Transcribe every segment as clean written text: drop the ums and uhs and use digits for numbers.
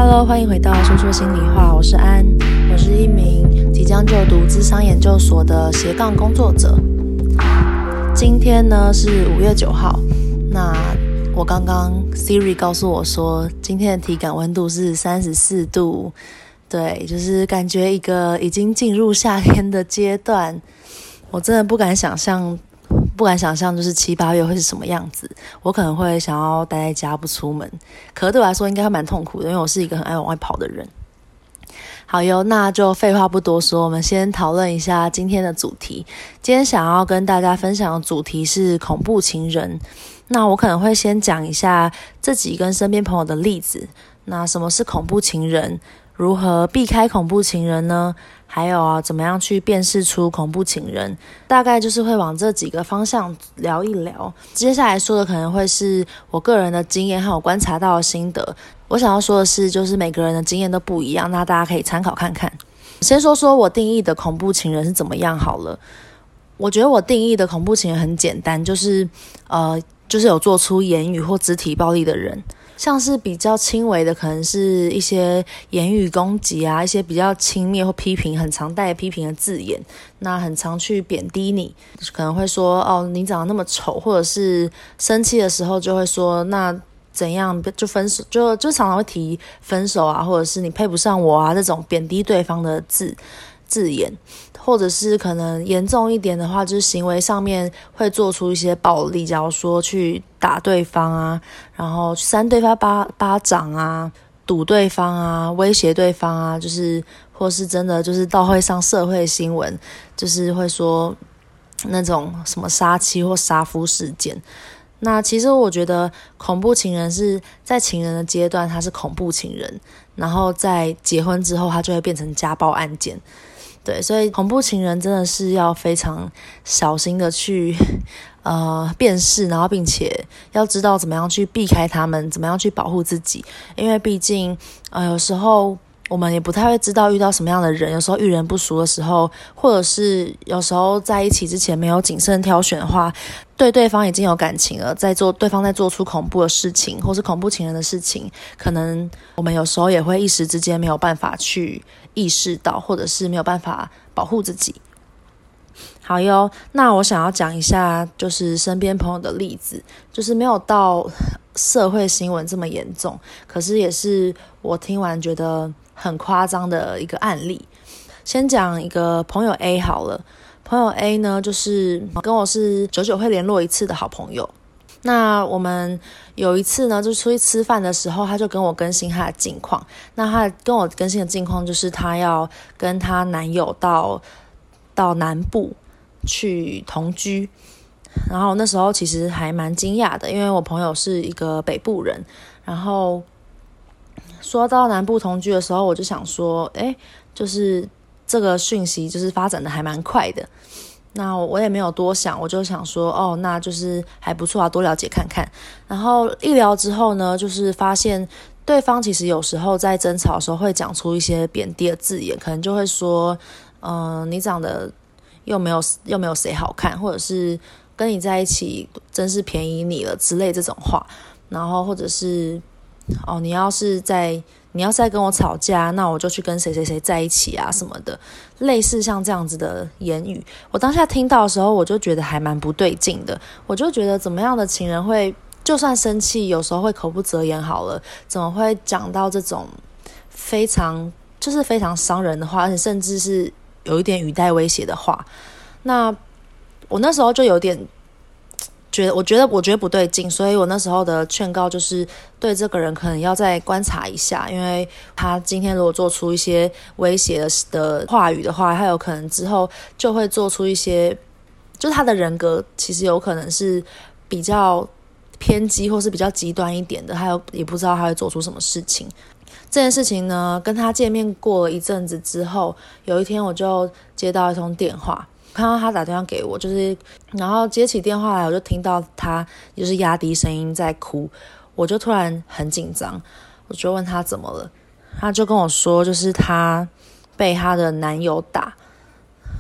Hello， 欢迎回到说说心里话，我是安，我是一名即将就读諮商研究所的斜杠工作者。今天呢是5月9号，那我刚刚 Siri 告诉我说，今天的体感温度是34度，对，就是感觉一个已经进入夏天的阶段。我真的不敢想象就是7、8月会是什么样子。我可能会想要待在家不出门，可是对我来说应该会蛮痛苦的，因为我是一个很爱往外跑的人。好哟，那就废话不多说，我们先讨论一下今天的主题。今天想要跟大家分享的主题是恐怖情人。那我可能会先讲一下自己跟身边朋友的例子。那什么是恐怖情人？如何避开恐怖情人呢？还有怎么样去辨识出恐怖情人？大概就是会往这几个方向聊一聊。接下来说的可能会是我个人的经验和我观察到的心得。我想要说的是，就是每个人的经验都不一样，那大家可以参考看看。先说我定义的恐怖情人是怎么样好了。我觉得我定义的恐怖情人很简单，就是有做出言语或肢体暴力的人。像是比较轻微的，可能是一些言语攻击啊，一些比较轻蔑或批评，很常带批评的字眼，那很常去贬低你，可能会说你长得那么丑，或者是生气的时候就会说那怎样就分手，就常常会提分手啊，或者是你配不上我啊，这种贬低对方的字眼。或者是可能严重一点的话，就是行为上面会做出一些暴力，假如说去打对方啊，然后扇对方巴掌啊，堵对方啊，威胁对方啊，就是或是真的就是到会上社会新闻，就是会说那种什么杀妻或杀夫事件。那其实我觉得恐怖情人是在情人的阶段他是恐怖情人，然后在结婚之后他就会变成家暴案件。对，所以恐怖情人真的是要非常小心的去辨识，然后并且要知道怎么样去避开他们，怎么样去保护自己。因为毕竟有时候我们也不太会知道遇到什么样的人，有时候遇人不淑的时候，或者是有时候在一起之前没有谨慎挑选的话，对对方已经有感情了，对方在做出恐怖的事情或是恐怖情人的事情，可能我们有时候也会一时之间没有办法去意识到，或者是没有办法保护自己。好哟，那我想要讲一下就是身边朋友的例子，就是没有到社会新闻这么严重，可是也是我听完觉得很夸张的一个案例。先讲一个朋友 A 好了。朋友 A 呢，就是跟我是久久会联络一次的好朋友。那我们有一次呢，就出去吃饭的时候，他就跟我更新他的近况。那他跟我更新的近况就是他要跟他男友到南部去同居。然后那时候其实还蛮惊讶的，因为我朋友是一个北部人。然后说到南部同居的时候，我就想说，就是这个讯息就是发展的还蛮快的。那我也没有多想，我就想说那就是还不错啊，多了解看看。然后一聊之后呢，就是发现对方其实有时候在争吵的时候会讲出一些贬低的字眼，可能就会说你长得又没有谁好看，或者是跟你在一起真是便宜你了之类这种话。然后或者是你要是再跟我吵架，那我就去跟谁谁谁在一起啊什么的，类似像这样子的言语。我当下听到的时候，我就觉得还蛮不对劲的。我就觉得怎么样的情人会就算生气，有时候会口不择言好了，怎么会讲到这种非常伤人的话，而且甚至是有一点语带威胁的话。那我那时候就有点我觉得不对劲，所以我那时候的劝告就是对这个人可能要再观察一下，因为他今天如果做出一些威胁的话语的话，他有可能之后就会做出一些，就是他的人格其实有可能是比较偏激或是比较极端一点的，他也不知道他会做出什么事情。这件事情呢，跟他见面过了一阵子之后，有一天我就接到一通电话，看到他打电话给我，然后接起电话来，我就听到他就是压低声音在哭，我就突然很紧张，我就问他怎么了，他就跟我说就是他被他的男友打，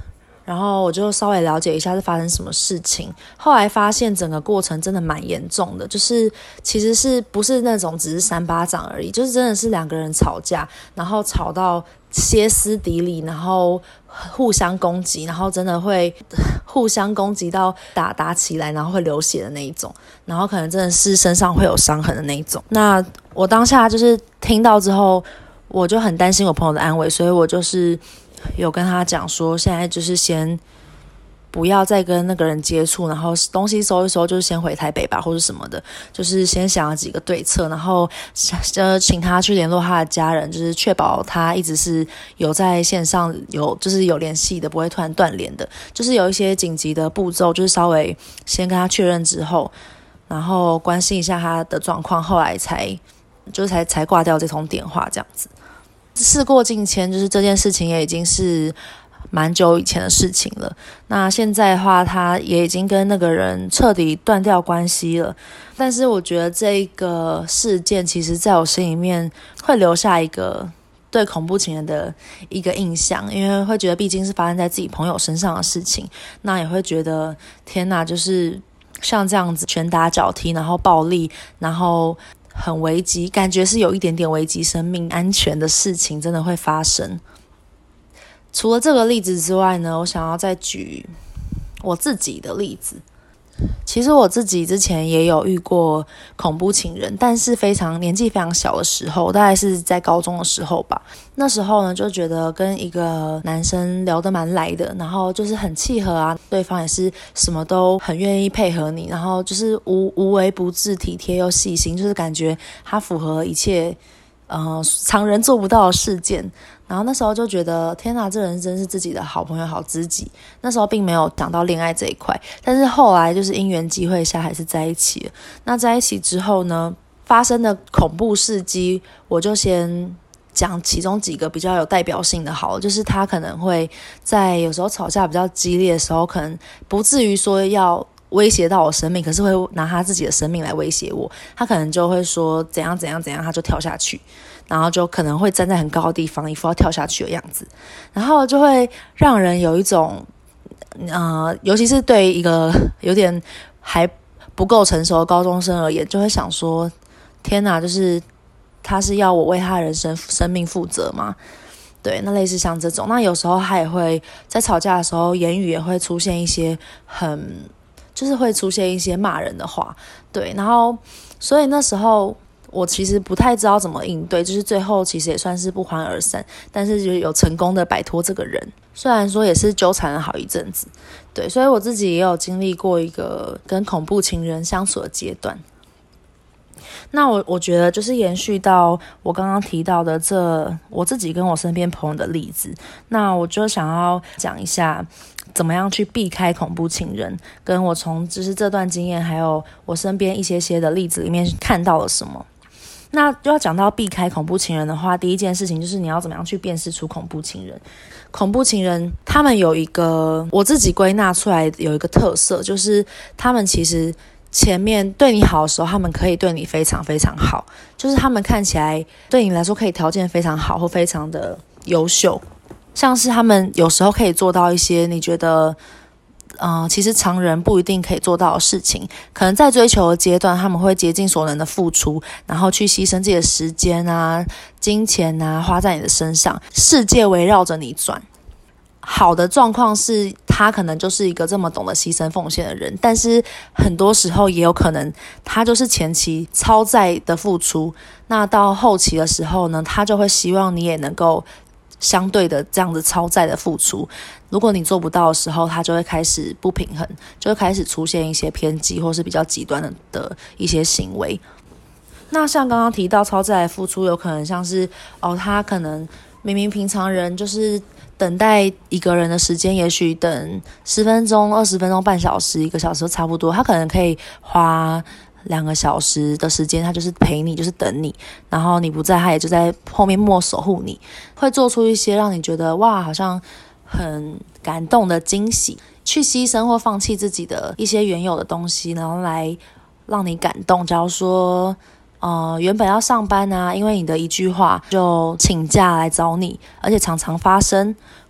然后我就稍微了解一下是发生什么事情，后来发现整个过程真的蛮严重的，就是其实是不是那种只是3巴掌而已，就是真的是2个人吵架，然后吵到歇斯底里，然后互相攻击，然后真的会互相攻击到打起来，然后会流血的那一种，然后可能真的是身上会有伤痕的那一种。那我当下就是听到之后，我就很担心我朋友的安危，所以我就是有跟他讲说，现在就是先不要再跟那个人接触，然后东西收一收，就是先回台北吧，或者什么的，就是先想了几个对策，然后请他去联络他的家人，就是确保他一直是有在线上就是有联系的，不会突然断联的，就是有一些紧急的步骤，就是稍微先跟他确认之后，然后关心一下他的状况，后来才挂掉这通电话这样子。事过境迁，就是这件事情也已经是蛮久以前的事情了。那现在的话，他也已经跟那个人彻底断掉关系了。但是我觉得这个事件，其实在我心里面会留下一个对恐怖情人的一个印象，因为会觉得毕竟是发生在自己朋友身上的事情，那也会觉得天哪，就是像这样子拳打脚踢，然后暴力，然后很危及，感觉是有一点点危及生命安全的事情真的会发生。除了这个例子之外呢，我想要再举我自己的例子。其实我自己之前也有遇过恐怖情人，但是年纪非常小的时候，大概是在高中的时候吧。那时候呢，就觉得跟一个男生聊得蛮来的，然后就是很契合啊，对方也是什么都很愿意配合你，然后就是无微不至、体贴又细心，就是感觉他符合一切常人做不到的事件。然后那时候就觉得天哪，这人真是自己的好朋友、好知己。那时候并没有讲到恋爱这一块，但是后来就是因缘际会下还是在一起了。那在一起之后呢，发生的恐怖事迹，我就先讲其中几个比较有代表性的好了，就是他可能会在有时候吵架比较激烈的时候，可能不至于说要威胁到我生命，可是会拿他自己的生命来威胁我。他可能就会说怎样怎样怎样，他就跳下去，然后就可能会站在很高的地方，一副要跳下去的样子，然后就会让人有一种尤其是对一个有点还不够成熟的高中生而言，就会想说天哪，就是他是要我为他的生命负责吗？对，那类似像这种，那有时候他也会在吵架的时候，言语也会出现一些就是会出现一些骂人的话，对，然后所以那时候我其实不太知道怎么应对，就是最后其实也算是不欢而散，但是就有成功的摆脱这个人，虽然说也是纠缠了好一阵子，对，所以我自己也有经历过一个跟恐怖情人相处的阶段。那我觉得就是延续到我刚刚提到的我自己跟我身边朋友的例子，那我就想要讲一下怎么样去避开恐怖情人，跟我从就是这段经验还有我身边一些的例子里面看到了什么。那要讲到避开恐怖情人的话，第一件事情就是你要怎么样去辨识出恐怖情人。恐怖情人他们有一个我自己归纳出来有一个特色，就是他们其实前面对你好的时候，他们可以对你非常非常好，就是他们看起来对你来说可以条件非常好或非常的优秀，像是他们有时候可以做到一些你觉得其实常人不一定可以做到的事情，可能在追求的阶段他们会竭尽所能的付出，然后去牺牲自己的时间啊、金钱啊，花在你的身上，世界围绕着你转。好的状况是他可能就是一个这么懂得牺牲奉献的人，但是很多时候也有可能他就是前期超载的付出，那到后期的时候呢，他就会希望你也能够相对的这样子超载的付出，如果你做不到的时候，他就会开始不平衡，就会开始出现一些偏激或是比较极端的一些行为。那像刚刚提到超载的付出，有可能像是他可能明明平常人就是等待一个人的时间，也许等10分钟、20分钟、半小时、1个小时都差不多，他可能可以花2个小时的时间，他就是陪你，就是等你，然后你不在，他也就在后面默守护你，会做出一些让你觉得哇，好像很感动的惊喜，去牺牲或放弃自己的一些原有的东西，然后来让你感动。假如说原本要上班啊，因为你的一句话就请假来找你，而且常常发生，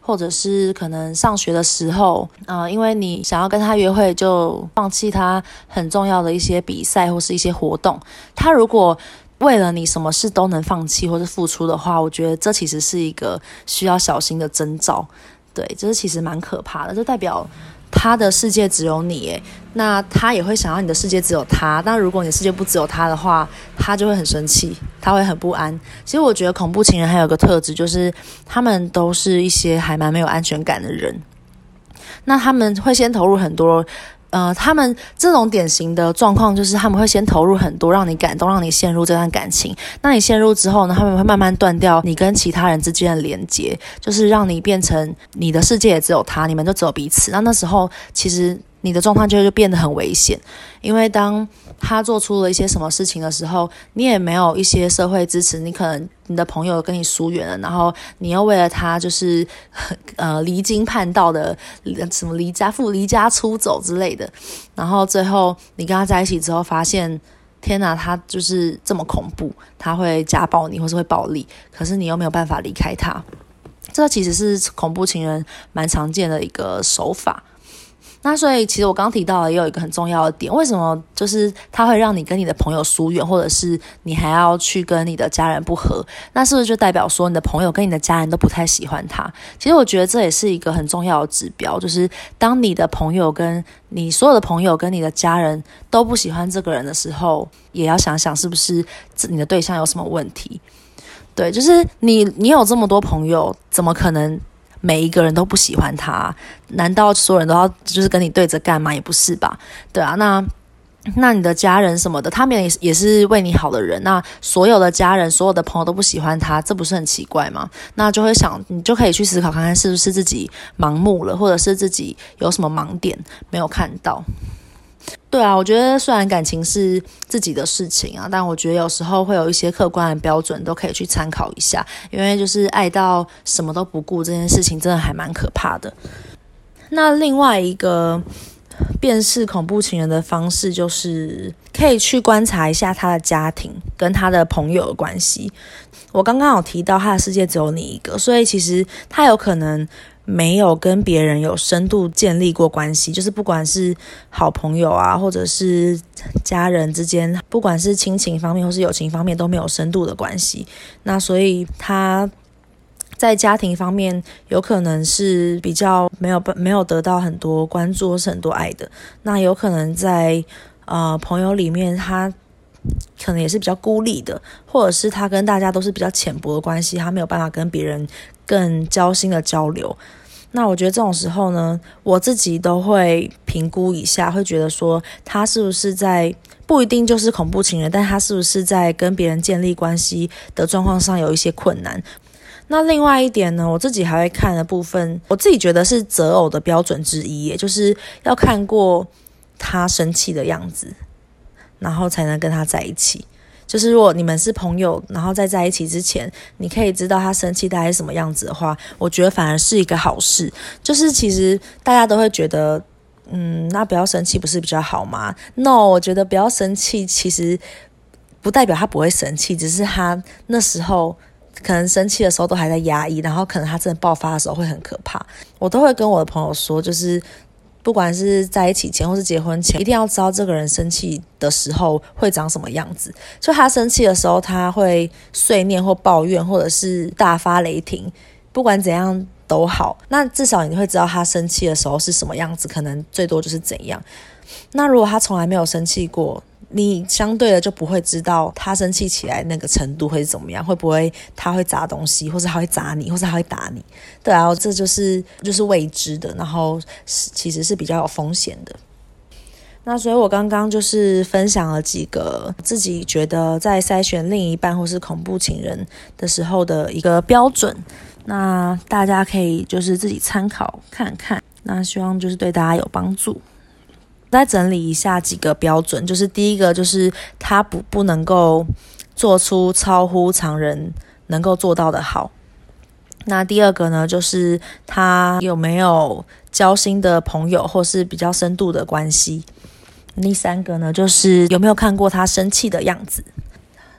或者是可能上学的时候，因为你想要跟他约会，就放弃他很重要的一些比赛或是一些活动。他如果为了你什么事都能放弃或是付出的话，我觉得这其实是一个需要小心的征兆。对，这其实蛮可怕的，就代表他的世界只有你耶，那他也会想要你的世界只有他。但如果你的世界不只有他的话，他就会很生气，他会很不安。其实我觉得恐怖情人还有个特质，就是他们都是一些还蛮没有安全感的人。那他们会先投入很多他们这种典型的状况就是他们会先投入很多，让你感动，让你陷入这段感情。那你陷入之后呢，他们会慢慢断掉你跟其他人之间的连结，就是让你变成你的世界也只有他，你们就只有彼此。那时候其实你的状态就会变得很危险，因为当他做出了一些什么事情的时候，你也没有一些社会支持，你可能你的朋友跟你疏远了，然后你又为了他就是离经叛道的什么离家出走之类的，然后最后你跟他在一起之后发现天哪，他就是这么恐怖，他会家暴你或是会暴力，可是你又没有办法离开他。这其实是恐怖情人蛮常见的一个手法。那所以其实我刚刚提到的也有一个很重要的点，为什么就是它会让你跟你的朋友疏远，或者是你还要去跟你的家人不和，那是不是就代表说你的朋友跟你的家人都不太喜欢他？其实我觉得这也是一个很重要的指标，就是当你的朋友跟你所有的朋友跟你的家人都不喜欢这个人的时候，也要想想是不是你的对象有什么问题。对，就是你有这么多朋友，怎么可能每一个人都不喜欢他？难道所有人都要就是跟你对着干嘛？也不是吧？对啊，那你的家人什么的，他们也是为你好的人，那所有的家人所有的朋友都不喜欢他，这不是很奇怪吗？那就会想，你就可以去思考看看是不是自己盲目了，或者是自己有什么盲点没有看到。对啊，我觉得虽然感情是自己的事情啊，但我觉得有时候会有一些客观的标准都可以去参考一下，因为就是爱到什么都不顾这件事情真的还蛮可怕的。那另外一个辨识恐怖情人的方式就是可以去观察一下他的家庭跟他的朋友的关系。我刚刚有提到他的世界只有你一个，所以其实他有可能没有跟别人有深度建立过关系，就是不管是好朋友啊，或者是家人之间，不管是亲情方面或是友情方面都没有深度的关系。那所以他在家庭方面有可能是比较没有得到很多关注或是很多爱的。那有可能在朋友里面他可能也是比较孤立的，或者是他跟大家都是比较浅薄的关系，他没有办法跟别人更交心的交流。那我觉得这种时候呢，我自己都会评估一下，会觉得说他是不是在不一定就是恐怖情人，但他是不是在跟别人建立关系的状况上有一些困难。那另外一点呢，我自己还会看的部分，我自己觉得是择偶的标准之一，也就是要看过他生气的样子，然后才能跟他在一起。就是如果你们是朋友，然后在一起之前，你可以知道他生气大概是什么样子的话，我觉得反而是一个好事。就是其实大家都会觉得那不要生气不是比较好吗？ No， 我觉得不要生气其实不代表他不会生气，只是他那时候可能生气的时候都还在压抑，然后可能他真的爆发的时候会很可怕。我都会跟我的朋友说，就是不管是在一起前或是结婚前，一定要知道这个人生气的时候会长什么样子。就他生气的时候，他会碎念或抱怨，或者是大发雷霆，不管怎样都好，那至少你会知道他生气的时候是什么样子，可能最多就是怎样。那如果他从来没有生气过，你相对的就不会知道他生气起来那个程度会是怎么样，会不会他会砸东西，或是他会砸你，或是他会打你。对啊，这就是未知的，然后其实是比较有风险的。那所以我刚刚就是分享了几个自己觉得在筛选另一半或是恐怖情人的时候的一个标准，那大家可以就是自己参考看看，那希望就是对大家有帮助。再整理一下几个标准，就是第一个就是他不能够做出超乎常人能够做到的好。那第二个呢，就是他有没有交心的朋友或是比较深度的关系。第三个呢，就是有没有看过他生气的样子。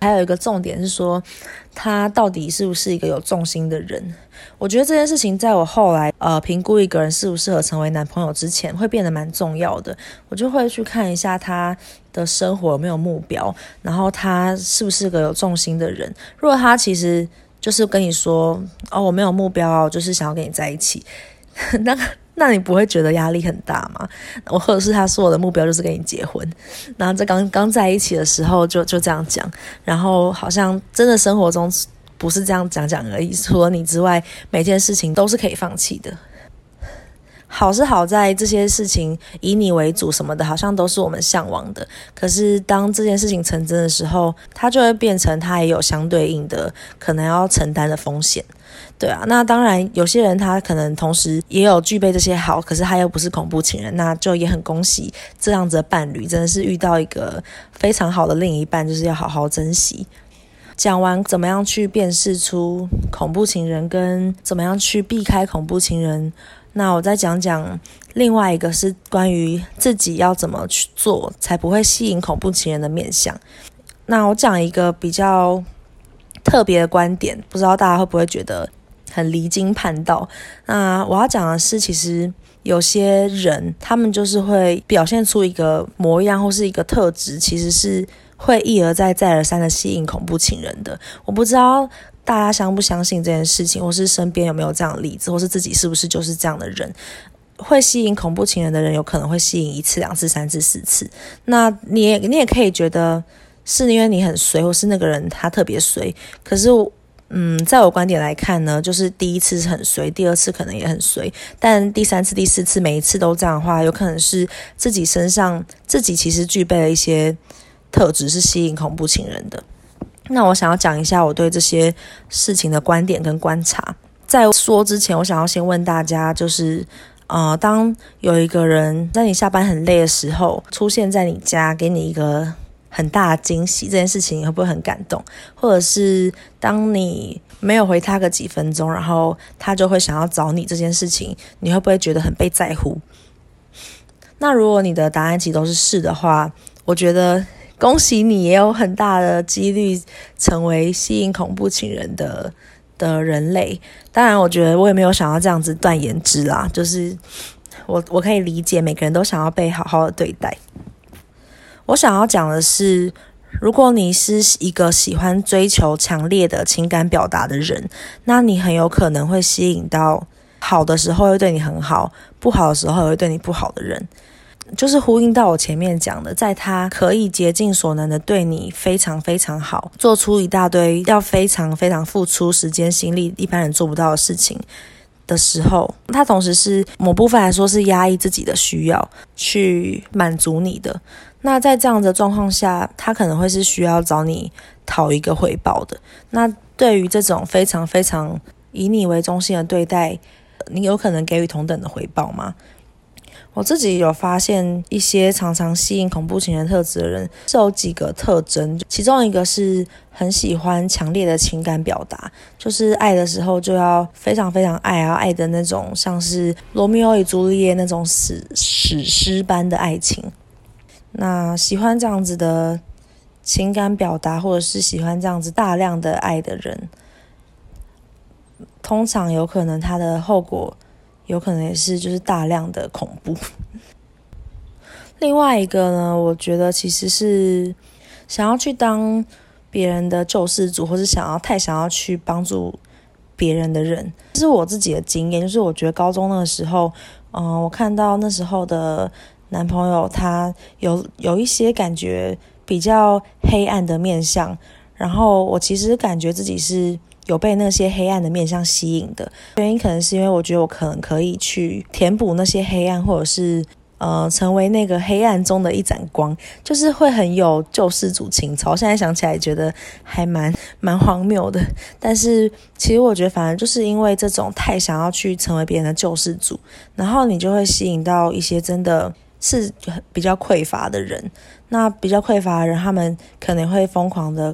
还有一个重点是说，他到底是不是一个有重心的人。我觉得这件事情在我后来评估一个人适不适合成为男朋友之前会变得蛮重要的。我就会去看一下他的生活有没有目标，然后他是不是个有重心的人。如果他其实就是跟你说我没有目标我就是想要跟你在一起，那你不会觉得压力很大吗？或者是他说我的目标就是跟你结婚，然后在刚在一起的时候就这样讲，然后好像真的生活中不是这样讲而已，除了你之外每件事情都是可以放弃的。好是好在这些事情以你为主什么的好像都是我们向往的，可是当这件事情成真的时候，它就会变成它也有相对应的可能要承担的风险。对啊，那当然有些人他可能同时也有具备这些好，可是他又不是恐怖情人，那就也很恭喜这样子的伴侣，真的是遇到一个非常好的另一半，就是要好好珍惜。讲完怎么样去辨识出恐怖情人跟怎么样去避开恐怖情人，那我再讲讲另外一个是关于自己要怎么去做才不会吸引恐怖情人的面向。那我讲一个比较特别的观点，不知道大家会不会觉得很离经叛道。那我要讲的是，其实有些人他们就是会表现出一个模样或是一个特质，其实是会一而再再而三的吸引恐怖情人的。我不知道大家相不相信这件事情，或是身边有没有这样的例子，或是自己是不是就是这样的人。会吸引恐怖情人的人有可能会吸引1次2次3次4次，那你也可以觉得是因为你很衰，或是那个人他特别衰。可是在我观点来看呢，就是第一次是很衰，第二次可能也很衰，但第3次第4次每一次都这样的话，有可能是自己身上自己其实具备了一些特质是吸引恐怖情人的。那我想要讲一下我对这些事情的观点跟观察。在说之前，我想要先问大家，就是当有一个人在你下班很累的时候出现在你家，给你一个很大的惊喜，这件事情你会不会很感动？或者是当你没有回他个几分钟，然后他就会想要找你这件事情，你会不会觉得很被在乎？那如果你的答案其实都是是的话，我觉得恭喜你，也有很大的几率成为吸引恐怖情人的人类。当然我觉得我也没有想要这样子断言之啦，就是我可以理解每个人都想要被好好的对待。我想要讲的是，如果你是一个喜欢追求强烈的情感表达的人，那你很有可能会吸引到好的时候会对你很好，不好的时候也会对你不好的人。就是呼应到我前面讲的，在他可以竭尽所能的对你非常非常好，做出一大堆要非常非常付出时间心力一般人做不到的事情的时候，他同时是某部分来说是压抑自己的需要去满足你的。那在这样的状况下，他可能会是需要找你讨一个回报的。那对于这种非常非常以你为中心的对待，你有可能给予同等的回报吗？我自己有发现一些常常吸引恐怖情人特质的人是有几个特征，其中一个是很喜欢强烈的情感表达，就是爱的时候就要非常非常爱啊，爱的那种像是罗密欧与朱丽叶那种史诗般的爱情。那喜欢这样子的情感表达，或者是喜欢这样子大量的爱的人，通常有可能他的后果有可能也是就是大量的恐怖。另外一个呢，我觉得其实是想要去当别人的救世主，或是太想要去帮助别人的人。这是我自己的经验，就是我觉得高中那个时候我看到那时候的男朋友他有一些感觉比较黑暗的面向，然后我其实感觉自己是有被那些黑暗的面向吸引的。原因可能是因为我觉得我可能可以去填补那些黑暗，或者是成为那个黑暗中的一盏光，就是会很有救世主情操。现在想起来觉得还蛮荒谬的，但是其实我觉得反而就是因为这种太想要去成为别人的救世主，然后你就会吸引到一些真的是比较匮乏的人。那比较匮乏的人，他们可能会疯狂的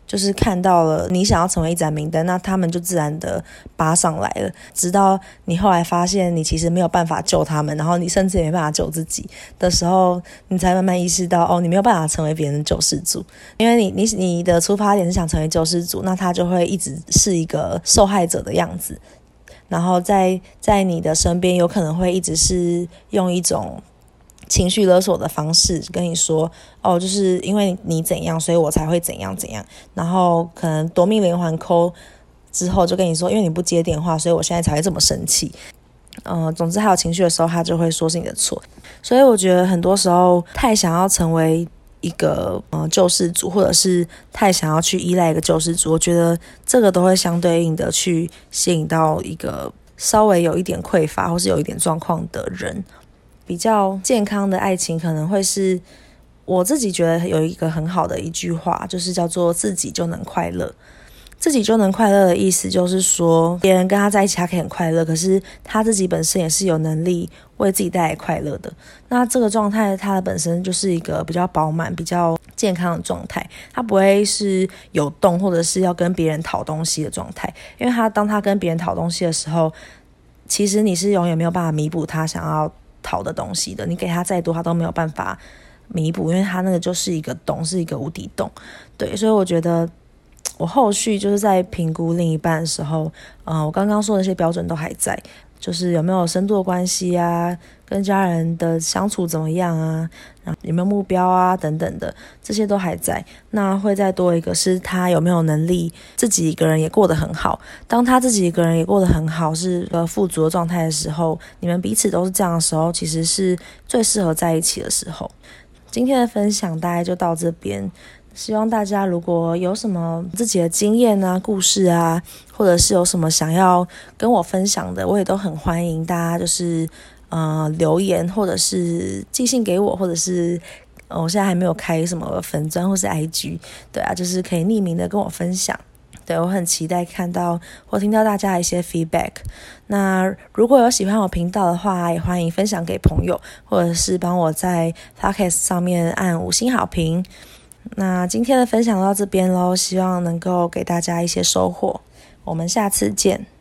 就是看到了你想要成为一盏明灯，那他们就自然的扒上来了，直到你后来发现你其实没有办法救他们，然后你甚至也没办法救自己的时候，你才慢慢意识到你没有办法成为别人的救世主，因为你的出发点是想成为救世主，那他就会一直是一个受害者的样子，然后在你的身边有可能会一直是用一种情绪勒索的方式跟你说就是因为你怎样所以我才会怎样怎样，然后可能夺命连环call之后就跟你说因为你不接电话所以我现在才会这么生气，总之还有情绪的时候他就会说是你的错。所以我觉得很多时候太想要成为一个救世主，或者是太想要去依赖一个救世主，我觉得这个都会相对应的去吸引到一个稍微有一点匮乏或是有一点状况的人。比较健康的爱情可能会是，我自己觉得有一个很好的一句话，就是叫做自己就能快乐。自己就能快乐的意思就是说，别人跟他在一起他可以很快乐，可是他自己本身也是有能力为自己带来快乐的。那这个状态他的本身就是一个比较饱满比较健康的状态，他不会是有动或者是要跟别人讨东西的状态，因为当他跟别人讨东西的时候，其实你是永远没有办法弥补他想要讨的东西的，你给他再多他都没有办法弥补，因为他那个就是一个洞，是一个无底洞。对，所以我觉得我后续就是在评估另一半的时候，我刚刚说的那些标准都还在，就是有没有深度的关系啊，跟家人的相处怎么样啊，然后有没有目标啊等等的，这些都还在。那会再多一个是他有没有能力自己一个人也过得很好。当他自己一个人也过得很好，是富足的状态的时候，你们彼此都是这样的时候，其实是最适合在一起的时候。今天的分享大概就到这边，希望大家如果有什么自己的经验啊、故事啊，或者是有什么想要跟我分享的，我也都很欢迎大家就是留言或者是寄信给我，或者是我现在还没有开什么粉专或是 IG， 对啊，就是可以匿名的跟我分享。对，我很期待看到或听到大家的一些 feedback。 那如果有喜欢我频道的话，也欢迎分享给朋友，或者是帮我在 Podcast 上面按5星好评。那今天的分享到这边咯，希望能够给大家一些收获，我们下次见。